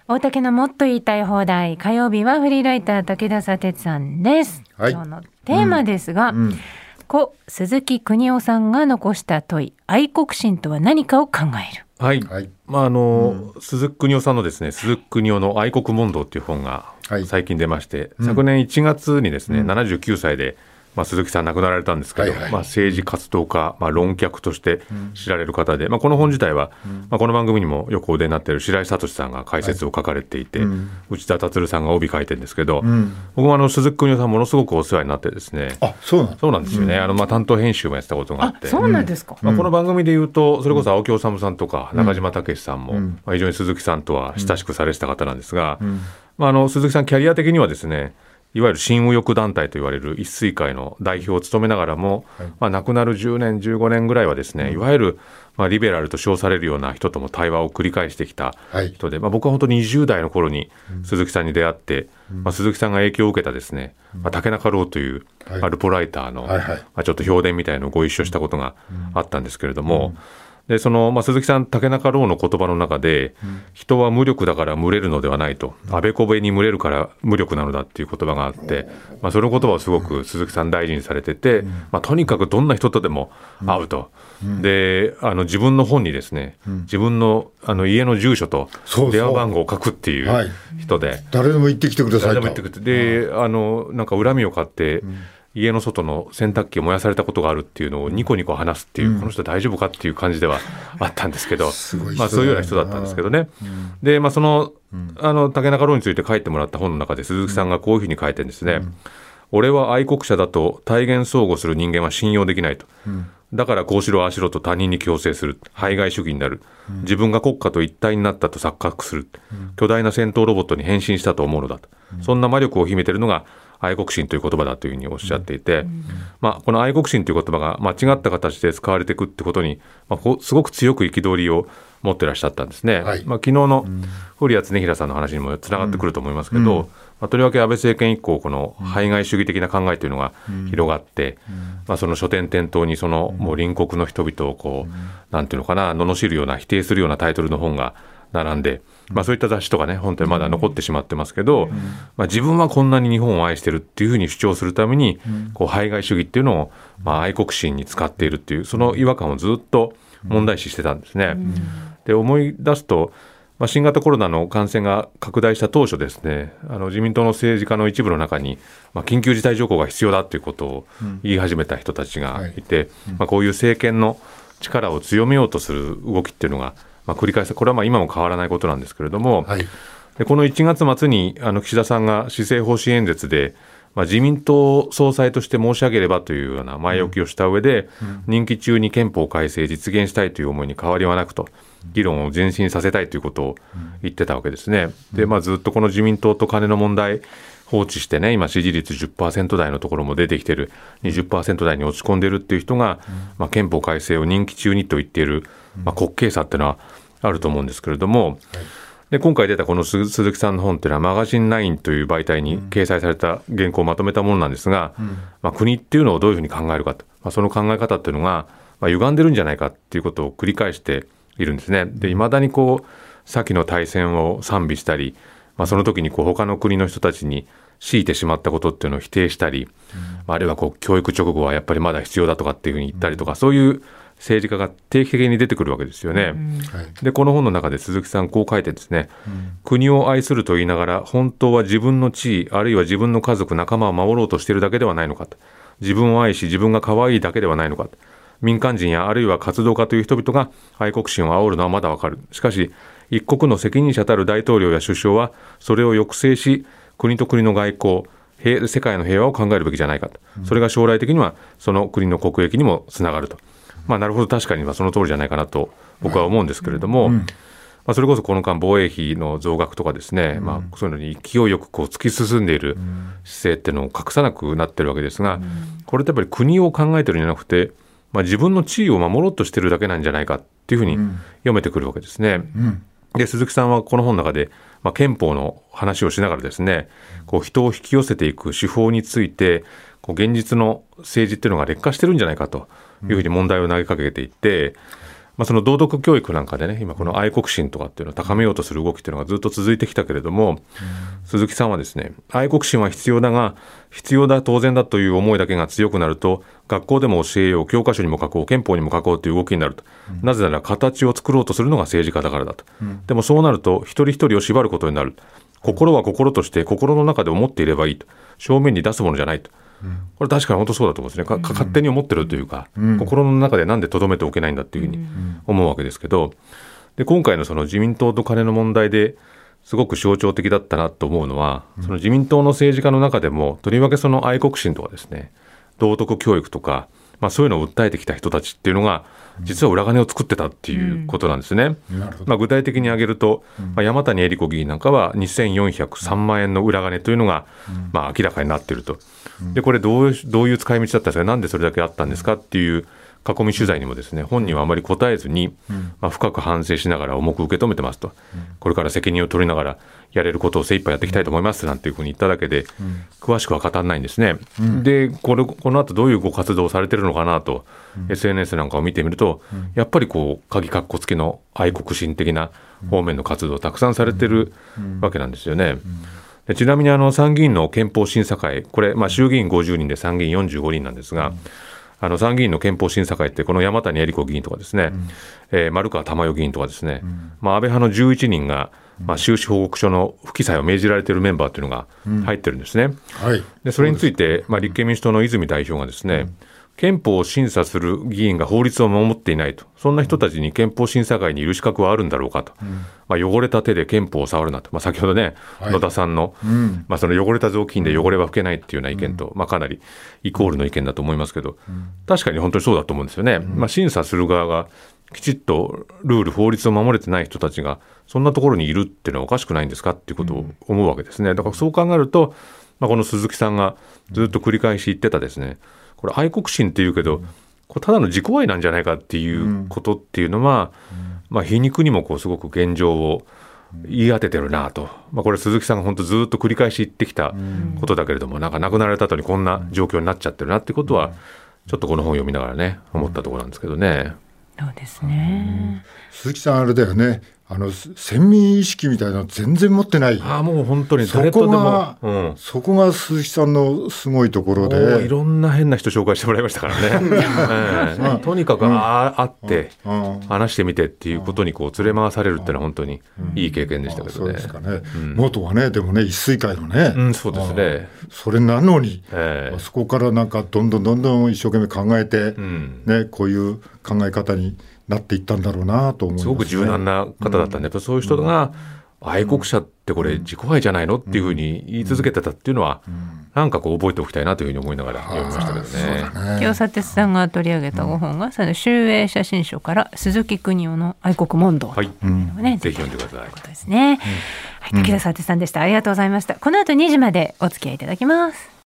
大竹のもっと言いたい放題、火曜日はフリーライター武田砂鉄さんです、 はい、 今日のテーマですが、故鈴木邦夫さんが残した問い、愛国心とは何かを考える。 はい、はい、鈴木邦夫さんのですね、鈴木邦夫の愛国問答という本が最近出まして、昨年1月にですね、79歳で鈴木さん亡くなられたんですけど、政治活動家、論客として知られる方で、この本自体は、この番組にもよくお出になっている白井聡さんが解説を書かれていて、内田達さんが帯書いてるんですけど、僕も鈴木邦夫さんものすごくお世話になってですね。そうなんですよね。担当編集もやってたことがあって。 そうなんですか。 この番組でいうと、それこそ青木治さんとか中島武さんも、非常に鈴木さんとは親しくされてた方なんですが、鈴木さんキャリア的にはですね、いわゆる新右翼団体といわれる一水会の代表を務めながらも、亡くなる10年15年ぐらいはですね、いわゆるリベラルと称されるような人とも対話を繰り返してきた人で、僕は本当に20代の頃に鈴木さんに出会って、鈴木さんが影響を受けたですね、竹中郎というルポライターのちょっと評伝みたいのをご一緒したことがあったんですけれども、で鈴木さん竹中郎の言葉の中で、人は無力だから群れるのではないと、あべこべに群れるから無力なのだっていう言葉があって、その言葉をすごく鈴木さん大事にされてて、とにかくどんな人とでも会うと、で自分の本にですね、自分の家の住所と電話番号を書くっていう人で、 誰でも行ってきてくださいと。 誰でも行ってくれて、でなんか恨みを買って、家の外の洗濯機を燃やされたことがあるっていうのをニコニコ話すっていう、この人大丈夫かっていう感じではあったんですけど、そういうような人だったんですけどね。で、その竹中郎について書いてもらった本の中で鈴木さんがこういうふうに書いてるんですね。俺は愛国者だと体現相互する人間は信用できないと。だからこうしろああしろと他人に強制する、排外主義になる、自分が国家と一体になったと錯覚する、巨大な戦闘ロボットに変身したと思うのだと、そんな魔力を秘めているのが愛国心という言葉だというふうにおっしゃっていて、この愛国心という言葉が間違った形で使われていくってことに、すごく強く憤りを持ってらっしゃったんですね。昨日の古谷恒平さんの話にもつながってくると思いますけど、とりわけ安倍政権以降、この排外主義的な考えというのが広がって、その書店店頭にもう隣国の人々をなんていうのかな、罵るような否定するようなタイトルの本が並んで、そういった雑誌とかね、本当にまだ残ってしまってますけど、自分はこんなに日本を愛してるっていうふうに主張するために、排外主義っていうのを愛国心に使っているっていう、その違和感をずっと問題視してたんですね。で、思い出すと、新型コロナの感染が拡大した当初ですね、自民党の政治家の一部の中に、緊急事態条項が必要だということを言い始めた人たちがいて、こういう政権の力を強めようとする動きっていうのが、繰り返す、これは今も変わらないことなんですけれども、でこの1月末に岸田さんが施政方針演説で、自民党総裁として申し上げればというような前置きをした上で、任期中に憲法改正実現したいという思いに変わりはなくと、議論を前進させたいということを言ってたわけですね。で、ずっとこの自民党と金の問題放置してね、今支持率 10% 台のところも出てきてる、20% 台に落ち込んでるっていう人が、憲法改正を任期中にと言っている、滑稽さっていうのはあると思うんですけれども、で今回出たこの鈴木さんの本っていうのはマガジン9という媒体に掲載された原稿をまとめたものなんですが、国っていうのをどういうふうに考えるかと、その考え方っていうのが、歪んでるんじゃないかっていうことを繰り返しているんですね。で、未だに先の大戦を賛美したり、その時に他の国の人たちに強いてしまったことっていうのを否定したり、あるいは教育直後はやっぱりまだ必要だとかっていうふうに言ったりとか、そういう政治家が定期的に出てくるわけですよね。でこの本の中で鈴木さんこう書いてですね、国を愛すると言いながら本当は自分の地位あるいは自分の家族仲間を守ろうとしているだけではないのかと、自分を愛し自分が可愛いだけではないのかと、民間人やあるいは活動家という人々が愛国心を煽るのはまだわかる。しかし一国の責任者たる大統領や首相はそれを抑制し、国と国の外交、世界の平和を考えるべきじゃないかと。それが将来的にはその国の国益にもつながると。なるほど、確かにその通りじゃないかなと僕は思うんですけれども、それこそこの間防衛費の増額とかですね、そういうのに勢いよく突き進んでいる姿勢っていうのを隠さなくなってるわけですが、これってやっぱり国を考えてるんじゃなくて、自分の地位を守ろうとしてるだけなんじゃないかっていうふうに読めてくるわけですね。で鈴木さんはこの本の中で、憲法の話をしながらですね、人を引き寄せていく手法について現実の政治っていうのが劣化してるんじゃないかというふうに問題を投げかけていって、 その道徳教育なんかでね、今この愛国心とかっていうのを高めようとする動きっていうのがずっと続いてきたけれども、鈴木さんはですね、愛国心は必要だが、必要だ当然だという思いだけが強くなると、学校でも教えよう、教科書にも書こう、憲法にも書こうという動きになると、なぜなら形を作ろうとするのが政治家だからだと、でもそうなると一人一人を縛ることになる。心は心として心の中で思っていればいいと、正面に出すものじゃないと。これ確かに本当そうだと思うんですね。勝手に思ってるというか、心の中でなんで留めておけないんだっていうふうに思うわけですけど、で今回のその自民党と金の問題ですごく象徴的だったなと思うのは、その自民党の政治家の中でもとりわけその愛国心とかですね、道徳教育とか、そういうのを訴えてきた人たちっていうのが実は裏金を作ってたっていうことなんですね。具体的に挙げると、山谷恵理子議員なんかは2403万円の裏金というのが明らかになっていると。でこれどういう使い道だったんですか、なんでそれだけあったんですかっていう囲み取材にもですね、本人はあまり答えずに、深く反省しながら重く受け止めてますと、これから責任を取りながらやれることを精一杯やっていきたいと思いますなんていうふうに言っただけで、詳しくは語らないんですね。でこの後どういうご活動をされてるのかなと、SNS なんかを見てみると、やっぱり鍵かっこつきの愛国心的な方面の活動をたくさんされてるわけなんですよね。でちなみに参議院の憲法審査会、これ、衆議院50人で参議院45人なんですが、参議院の憲法審査会ってこの山谷恵理子議員とかですね、丸川珠代議員とかですね、安倍派の11人が、収支報告書の不記載を命じられているメンバーというのが入ってるんですね。でそれについて、立憲民主党の泉代表がですね、憲法を審査する議員が法律を守っていないと、そんな人たちに憲法審査会にいる資格はあるんだろうかと、汚れた手で憲法を触るなと、先ほどね、野田さんの、その汚れた雑巾で汚れは拭けないっていうような意見と、かなりイコールの意見だと思いますけど、確かに本当にそうだと思うんですよね。審査する側がきちっとルール法律を守れてない人たちがそんなところにいるっていうのはおかしくないんですかっていうことを思うわけですね。だからそう考えると、この鈴木さんがずっと繰り返し言ってたですね、これ愛国心っていうけど、これただの自己愛なんじゃないかっていうことっていうのは、皮肉にもすごく現状を言い当ててるなと、これ鈴木さんが本当ずっと繰り返し言ってきたことだけれども、亡くなられた後にこんな状況になっちゃってるなってことは、ちょっとこの本を読みながらね思ったところなんですけどね。 そうですね。 鈴木さんあれだよね、先民意識みたいなの全然持ってない。 もう本当に誰とでも、 そこが鈴木さんのすごいところで、 いろんな変な人紹介してもらいましたからね、とにかく会って話してみてっていうことに連れ回されるっていうのは本当にいい経験でしたけどね。 そうですかね。元はね、でもね、一水会のね、 そうですね。 それなのに、そこからなんかどんどん一生懸命考えて、こういう考え方になっていったんだろうなと思いますね。 すごく柔軟な方だったんで、やっぱそういう人が愛国者ってこれ自己愛じゃないのっていうふうに言い続けてたっていうのは、なんか覚えておきたいなというふうに思いながら読みましたけどね。 今日佐哲さんが取り上げた5本が、その集英写真書から鈴木邦夫の愛国問答、 ぜひ読んでください。 ことですね。滝田佐哲さんでした。ありがとうございました。この後2時までお付き合いいただきます。